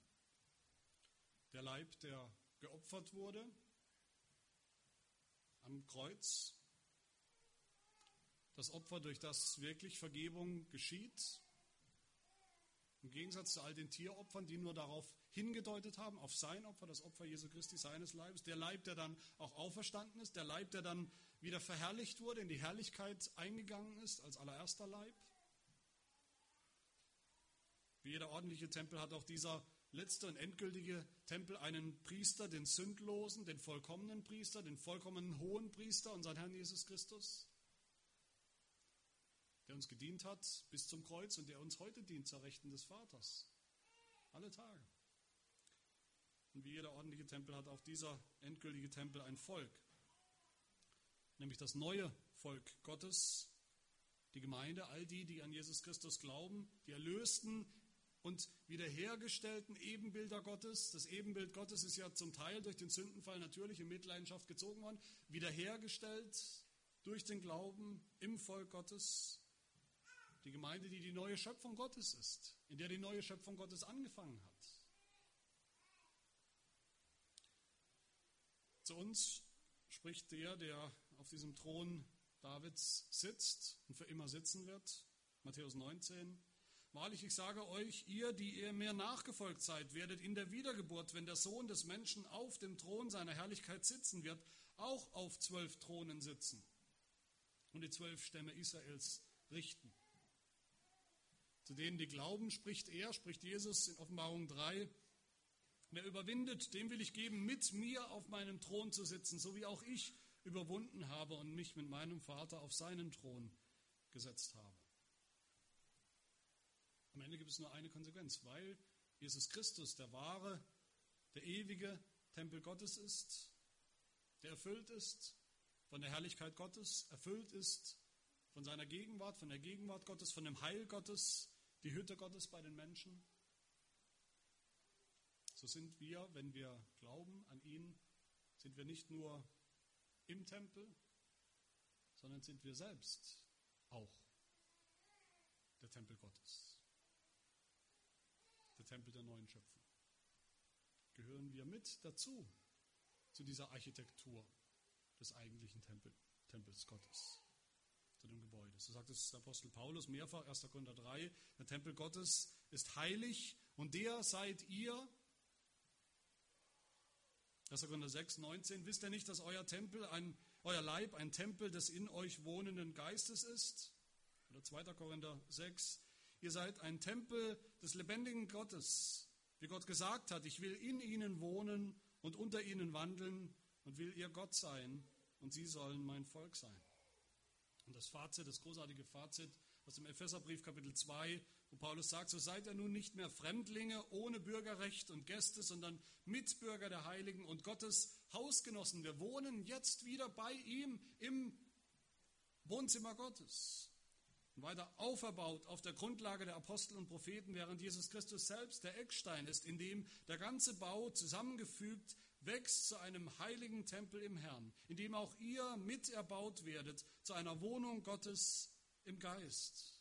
Der Leib, der geopfert wurde am Kreuz. Das Opfer, durch das wirklich Vergebung geschieht. Im Gegensatz zu all den Tieropfern, die nur darauf hingedeutet haben, auf sein Opfer, das Opfer Jesu Christi, seines Leibes. Der Leib, der dann auch auferstanden ist. Der Leib, der dann wieder verherrlicht wurde, in die Herrlichkeit eingegangen ist, als allererster Leib. Wie jeder ordentliche Tempel hat auch dieser letzte und endgültige Tempel einen Priester, den sündlosen, den vollkommenen Priester, den vollkommenen hohen Priester, unseren Herrn Jesus Christus, der uns gedient hat bis zum Kreuz und der uns heute dient zur Rechten des Vaters. Alle Tage. Und wie jeder ordentliche Tempel hat auch dieser endgültige Tempel ein Volk. nämlich das neue Volk Gottes, die Gemeinde, all die, die an Jesus Christus glauben, die erlösten und wiederhergestellten Ebenbilder Gottes. Das Ebenbild Gottes ist ja zum Teil durch den Sündenfall natürlich in Mitleidenschaft gezogen worden, wiederhergestellt durch den Glauben im Volk Gottes. Die Gemeinde, die die neue Schöpfung Gottes ist, in der die neue Schöpfung Gottes angefangen hat. Zu uns spricht der auf diesem Thron Davids sitzt und für immer sitzen wird. Matthäus 19. Wahrlich, ich sage euch, ihr, die ihr mir nachgefolgt seid, werdet in der Wiedergeburt, wenn der Sohn des Menschen auf dem Thron seiner Herrlichkeit sitzen wird, auch auf 12 Thronen sitzen und die 12 Stämme Israels richten. Zu denen, die glauben, spricht Jesus in Offenbarung 3, wer überwindet, dem will ich geben, mit mir auf meinem Thron zu sitzen, so wie auch ich überwunden habe und mich mit meinem Vater auf seinen Thron gesetzt habe. Am Ende gibt es nur eine Konsequenz, weil Jesus Christus der wahre, der ewige Tempel Gottes ist, der erfüllt ist von der Herrlichkeit Gottes, erfüllt ist von seiner Gegenwart, von der Gegenwart Gottes, von dem Heil Gottes, die Hütte Gottes bei den Menschen. So sind wir, wenn wir glauben an ihn, sind wir nicht nur im Tempel, sondern sind wir selbst auch der Tempel Gottes. Der Tempel der neuen Schöpfung. Gehören wir mit dazu, zu dieser Architektur des eigentlichen Tempels Gottes, zu dem Gebäude. So sagt es der Apostel Paulus mehrfach, 1. Korinther 3, der Tempel Gottes ist heilig und der seid ihr. 1. Korinther 6, 19, wisst ihr nicht, dass euer Leib ein Tempel des in euch wohnenden Geistes ist? Oder 2. Korinther 6, ihr seid ein Tempel des lebendigen Gottes. Wie Gott gesagt hat, ich will in ihnen wohnen und unter ihnen wandeln und will ihr Gott sein und sie sollen mein Volk sein. Und das großartige Fazit aus dem Epheserbrief Kapitel 2, wo Paulus sagt, so seid ihr nun nicht mehr Fremdlinge ohne Bürgerrecht und Gäste, sondern Mitbürger der Heiligen und Gottes Hausgenossen. Wir wohnen jetzt wieder bei ihm im Wohnzimmer Gottes. Und weiter auferbaut auf der Grundlage der Apostel und Propheten, während Jesus Christus selbst der Eckstein ist, in dem der ganze Bau zusammengefügt wächst zu einem heiligen Tempel im Herrn, in dem auch ihr miterbaut werdet zu einer Wohnung Gottes im Geist.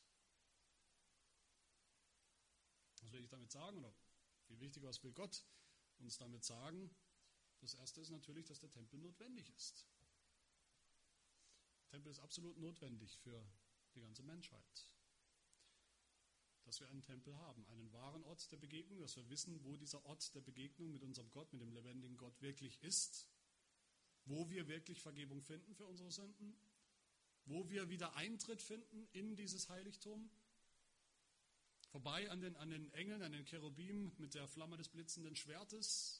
Was will ich damit sagen? Oder viel wichtiger, was will Gott uns damit sagen? Das Erste ist natürlich, dass der Tempel notwendig ist. Der Tempel ist absolut notwendig für die ganze Menschheit. Dass wir einen Tempel haben, einen wahren Ort der Begegnung, dass wir wissen, wo dieser Ort der Begegnung mit unserem Gott, mit dem lebendigen Gott wirklich ist, wo wir wirklich Vergebung finden für unsere Sünden, wo wir wieder Eintritt finden in dieses Heiligtum, vorbei an den Engeln, an den Cherubim mit der Flamme des blitzenden Schwertes,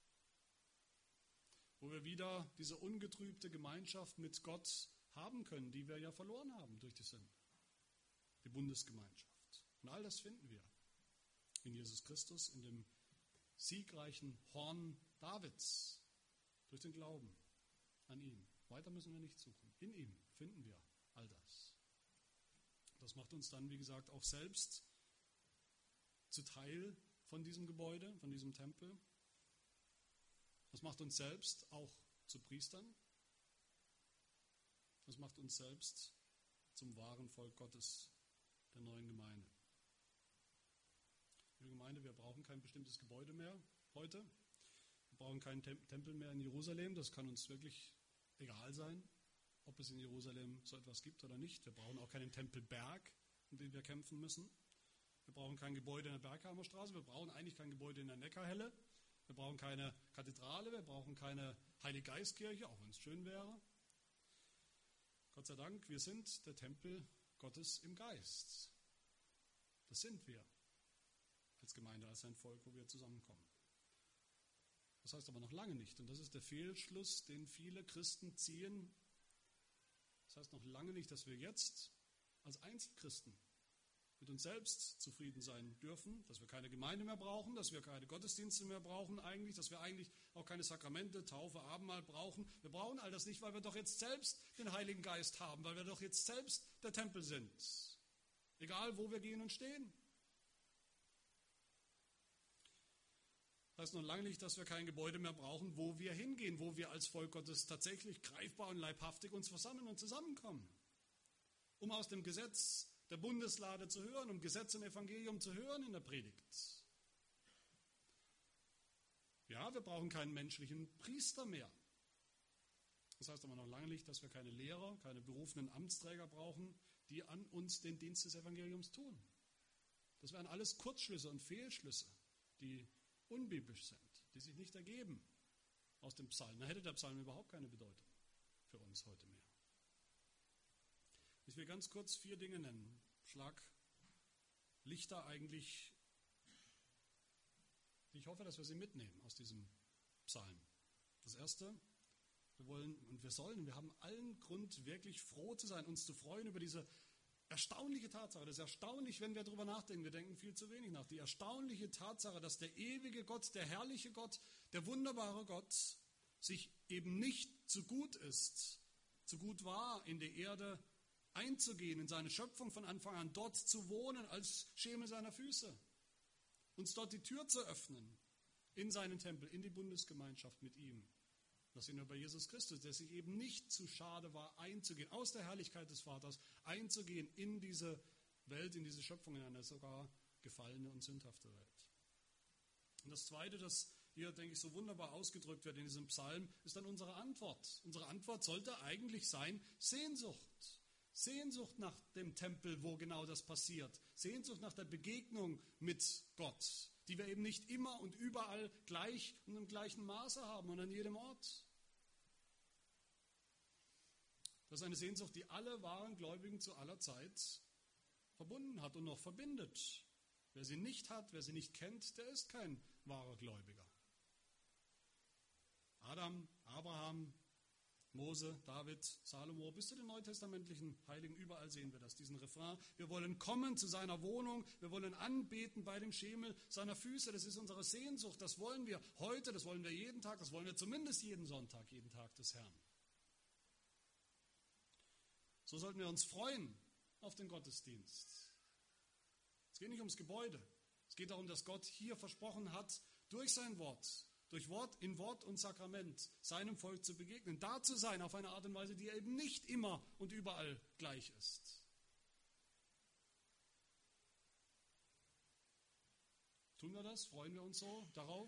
wo wir wieder diese ungetrübte Gemeinschaft mit Gott haben können, die wir ja verloren haben durch die Sünde, die Bundesgemeinschaft. Und all das finden wir in Jesus Christus, in dem siegreichen Horn Davids, durch den Glauben an ihn. Weiter müssen wir nicht suchen. In ihm finden wir all das. Das macht uns dann, wie gesagt, auch selbst zu Teil von diesem Gebäude, von diesem Tempel. Das macht uns selbst auch zu Priestern. Das macht uns selbst zum wahren Volk Gottes, der neuen Gemeinde. Liebe Gemeinde, wir brauchen kein bestimmtes Gebäude mehr heute. Wir brauchen keinen Tempel mehr in Jerusalem. Das kann uns wirklich egal sein, ob es in Jerusalem so etwas gibt oder nicht. Wir brauchen auch keinen Tempelberg, um den wir kämpfen müssen. Wir brauchen kein Gebäude in der Bergheimer Straße. Wir brauchen eigentlich kein Gebäude in der Neckarhelle. Wir brauchen keine Kathedrale. Wir brauchen keine Heiliggeistkirche, auch wenn es schön wäre. Gott sei Dank, wir sind der Tempel Gottes im Geist. Das sind wir als Gemeinde, als ein Volk, wo wir zusammenkommen. Das heißt aber noch lange nicht, und das ist der Fehlschluss, den viele Christen ziehen. Das heißt noch lange nicht, dass wir jetzt als Einzelchristen mit uns selbst zufrieden sein dürfen, dass wir keine Gemeinde mehr brauchen, dass wir keine Gottesdienste mehr brauchen eigentlich, dass wir eigentlich auch keine Sakramente, Taufe, Abendmahl brauchen. Wir brauchen all das nicht, weil wir doch jetzt selbst den Heiligen Geist haben, weil wir doch jetzt selbst der Tempel sind. Egal, wo wir gehen und stehen. Das heißt noch lange nicht, dass wir kein Gebäude mehr brauchen, wo wir hingehen, wo wir als Volk Gottes tatsächlich greifbar und leibhaftig uns versammeln und zusammenkommen, um aus dem Gesetz der Bundeslade zu hören, um Gesetz und Evangelium zu hören in der Predigt. Ja, wir brauchen keinen menschlichen Priester mehr. Das heißt aber noch lange nicht, dass wir keine Lehrer, keine berufenen Amtsträger brauchen, die an uns den Dienst des Evangeliums tun. Das wären alles Kurzschlüsse und Fehlschlüsse, die unbiblisch sind, die sich nicht ergeben aus dem Psalm. Da hätte der Psalm überhaupt keine Bedeutung für uns heute mehr. Ich will ganz kurz 4 Dinge nennen. Schlaglichter eigentlich. Ich hoffe, dass wir sie mitnehmen aus diesem Psalm. Das Erste, wir wollen und wir sollen, wir haben allen Grund, wirklich froh zu sein, uns zu freuen über diese erstaunliche Tatsache. Das ist erstaunlich, wenn wir darüber nachdenken. Wir denken viel zu wenig nach. Die erstaunliche Tatsache, dass der ewige Gott, der herrliche Gott, der wunderbare Gott sich eben nicht zu gut war, in die Erde einzugehen, in seine Schöpfung von Anfang an, dort zu wohnen als Schemel seiner Füße, uns dort die Tür zu öffnen in seinen Tempel, in die Bundesgemeinschaft mit ihm. Das sehen wir bei Jesus Christus, der sich eben nicht zu schade war, einzugehen, aus der Herrlichkeit des Vaters, einzugehen in diese Welt, in diese Schöpfung, in eine sogar gefallene und sündhafte Welt. Und das Zweite, das hier, denke ich, so wunderbar ausgedrückt wird in diesem Psalm, ist dann unsere Antwort. Unsere Antwort sollte eigentlich sein Sehnsucht. Sehnsucht nach dem Tempel, wo genau das passiert. Sehnsucht nach der Begegnung mit Gott, die wir eben nicht immer und überall gleich und im gleichen Maße haben und an jedem Ort. Das ist eine Sehnsucht, die alle wahren Gläubigen zu aller Zeit verbunden hat und noch verbindet. Wer sie nicht hat, wer sie nicht kennt, der ist kein wahrer Gläubiger. Adam, Abraham, Mose, David, Salomo, bis zu den neutestamentlichen Heiligen, überall sehen wir das, diesen Refrain. Wir wollen kommen zu seiner Wohnung, wir wollen anbeten bei dem Schemel seiner Füße, das ist unsere Sehnsucht, das wollen wir heute, das wollen wir jeden Tag, das wollen wir zumindest jeden Sonntag, jeden Tag des Herrn. So sollten wir uns freuen auf den Gottesdienst. Es geht nicht ums Gebäude, es geht darum, dass Gott hier versprochen hat, durch sein Wort, in Wort und Sakrament seinem Volk zu begegnen, da zu sein auf eine Art und Weise, die eben nicht immer und überall gleich ist. Tun wir das? Freuen wir uns so darauf?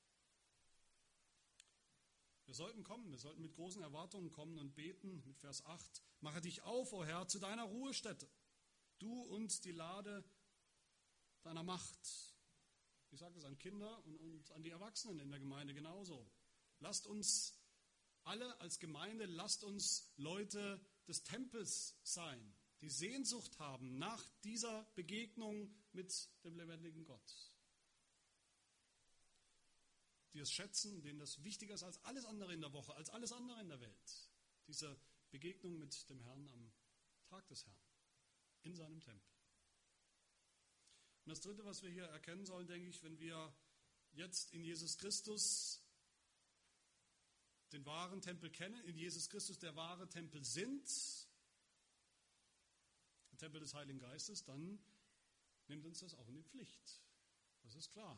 Wir sollten kommen, wir sollten mit großen Erwartungen kommen und beten mit Vers 8. Mache dich auf, o Herr, zu deiner Ruhestätte, du und die Lade deiner Macht. Ich sage das an Kinder und an die Erwachsenen in der Gemeinde genauso. Lasst uns alle als Gemeinde, lasst uns Leute des Tempels sein, die Sehnsucht haben nach dieser Begegnung mit dem lebendigen Gott. Die es schätzen, denen das wichtiger ist als alles andere in der Woche, als alles andere in der Welt. Diese Begegnung mit dem Herrn am Tag des Herrn, in seinem Tempel. Und das Dritte, was wir hier erkennen sollen, denke ich, wenn wir jetzt in Jesus Christus den wahren Tempel kennen, in Jesus Christus der wahre Tempel sind, der Tempel des Heiligen Geistes, dann nimmt uns das auch in die Pflicht. Das ist klar.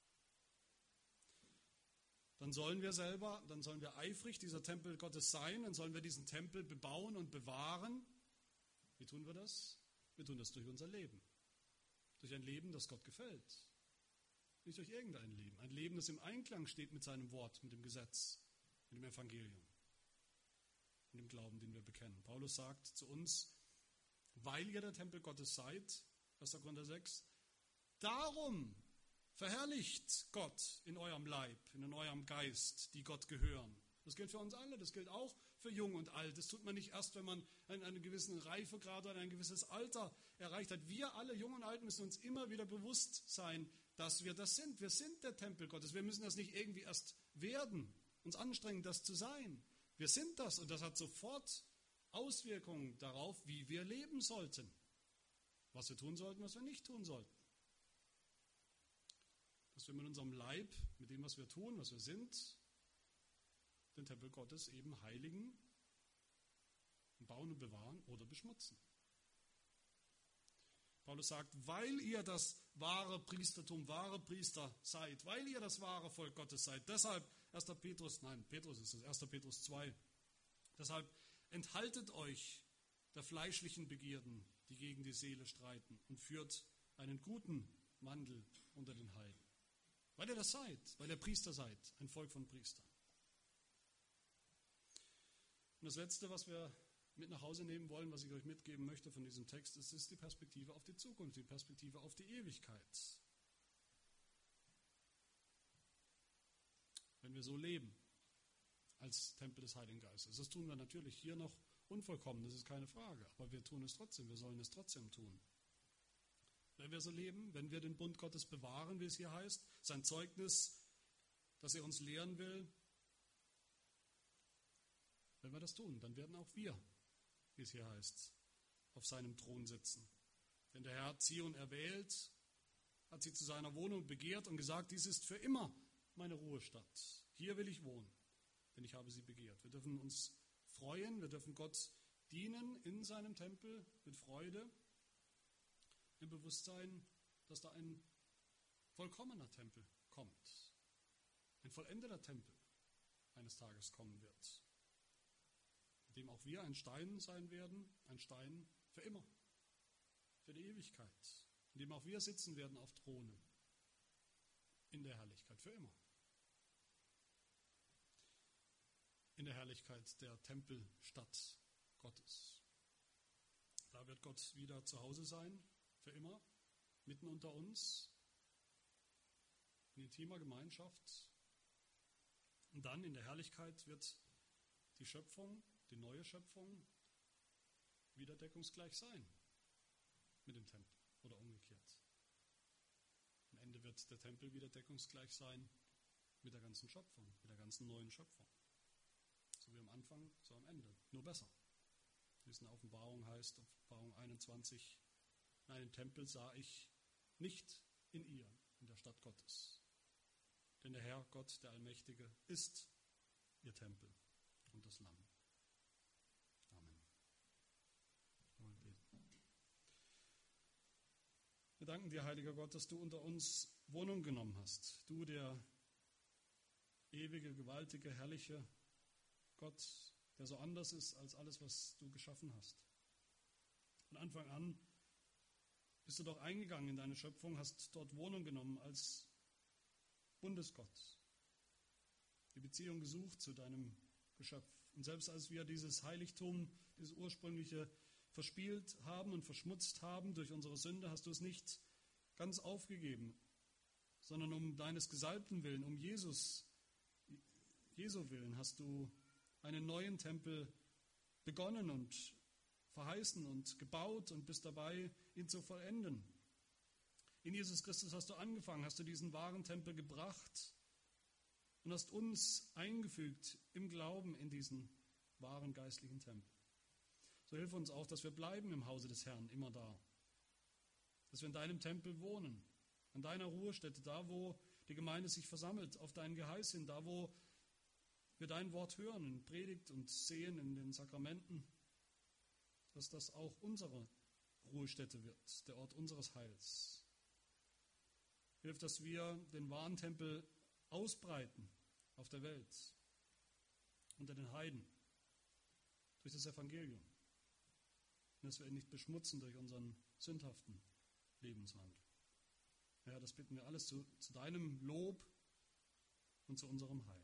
Dann sollen wir eifrig dieser Tempel Gottes sein, dann sollen wir diesen Tempel bebauen und bewahren. Wie tun wir das? Wir tun das durch unser Leben. Durch ein Leben, das Gott gefällt. Nicht durch irgendein Leben. Ein Leben, das im Einklang steht mit seinem Wort, mit dem Gesetz, mit dem Evangelium, mit dem Glauben, den wir bekennen. Paulus sagt zu uns, weil ihr der Tempel Gottes seid, 1. Korinther 6, darum verherrlicht Gott in eurem Leib, in eurem Geist, die Gott gehören. Das gilt für uns alle, das gilt auch für Jung und Alt. Das tut man nicht erst, wenn man einen gewissen Reifegrad oder ein gewisses Alter erreicht hat. Wir alle, Jung und Alt, müssen uns immer wieder bewusst sein, dass wir das sind. Wir sind der Tempel Gottes. Wir müssen das nicht irgendwie erst werden, uns anstrengen, das zu sein. Wir sind das und das hat sofort Auswirkungen darauf, wie wir leben sollten. was wir tun sollten, was wir nicht tun sollten. Dass wir mit unserem Leib, mit dem, was wir tun, was wir sind, den Tempel Gottes eben heiligen, bauen und bewahren oder beschmutzen. Paulus sagt, weil ihr das wahre Priestertum, wahre Priester seid, weil ihr das wahre Volk Gottes seid, deshalb 1. Petrus 2, deshalb enthaltet euch der fleischlichen Begierden, die gegen die Seele streiten, und führt einen guten Wandel unter den Heiden. Weil ihr das seid, weil ihr Priester seid, ein Volk von Priestern. Und das Letzte, was wir mit nach Hause nehmen wollen, was ich euch mitgeben möchte von diesem Text, ist die Perspektive auf die Zukunft, die Perspektive auf die Ewigkeit. Wenn wir so leben, als Tempel des Heiligen Geistes, das tun wir natürlich hier noch unvollkommen, das ist keine Frage, aber wir tun es trotzdem, wir sollen es trotzdem tun. Wenn wir so leben, wenn wir den Bund Gottes bewahren, wie es hier heißt, sein Zeugnis, das er uns lehren will, wenn wir das tun, dann werden auch wir, wie es hier heißt, auf seinem Thron sitzen. Denn der Herr hat Zion erwählt, hat sie zu seiner Wohnung begehrt und gesagt, dies ist für immer meine Ruhestadt. Hier will ich wohnen, denn ich habe sie begehrt. Wir dürfen uns freuen, wir dürfen Gott dienen in seinem Tempel mit Freude, im Bewusstsein, dass da ein vollkommener Tempel kommt, ein vollendeter Tempel eines Tages kommen wird, in dem auch wir ein Stein sein werden, ein Stein für immer, für die Ewigkeit, in dem auch wir sitzen werden auf Thronen in der Herrlichkeit für immer. In der Herrlichkeit der Tempelstadt Gottes. Da wird Gott wieder zu Hause sein, für immer, mitten unter uns, in intimer Gemeinschaft. Und dann in der Herrlichkeit wird die Schöpfung, die neue Schöpfung, wieder deckungsgleich sein mit dem Tempel oder umgekehrt. Am Ende wird der Tempel wieder deckungsgleich sein mit der ganzen Schöpfung, mit der ganzen neuen Schöpfung. So wie am Anfang, so am Ende. Nur besser. Wie es in der Offenbarung heißt, Offenbarung 21, einen Tempel sah ich nicht in ihr, in der Stadt Gottes. Denn der Herr, Gott, der Allmächtige, ist ihr Tempel und das Lamm. Amen. Wir beten. Wir danken dir, heiliger Gott, dass du unter uns Wohnung genommen hast. Du, der ewige, gewaltige, herrliche Gott, der so anders ist als alles, was du geschaffen hast. Von Anfang an bist du doch eingegangen in deine Schöpfung, hast dort Wohnung genommen als Bundesgott, die Beziehung gesucht zu deinem Geschöpf. Und selbst als wir dieses Heiligtum, dieses ursprüngliche verspielt haben und verschmutzt haben durch unsere Sünde, hast du es nicht ganz aufgegeben, sondern um deines Gesalbten willen, um Jesu willen, hast du einen neuen Tempel begonnen und verheißen und gebaut und bist dabei, ihn zu vollenden. In Jesus Christus hast du angefangen, hast du diesen wahren Tempel gebracht und hast uns eingefügt im Glauben in diesen wahren geistlichen Tempel. So hilf uns auch, dass wir bleiben im Hause des Herrn, immer da. Dass wir in deinem Tempel wohnen, an deiner Ruhestätte, da wo die Gemeinde sich versammelt, auf dein Geheiß hin, da wo wir dein Wort hören, in Predigt und sehen, in den Sakramenten, dass das auch unsere Ruhestätte wird, der Ort unseres Heils. Hilf, dass wir den wahren Tempel ausbreiten auf der Welt, unter den Heiden, durch das Evangelium. Und dass wir ihn nicht beschmutzen durch unseren sündhaften Lebenswandel. Ja, das bitten wir alles zu deinem Lob und zu unserem Heil.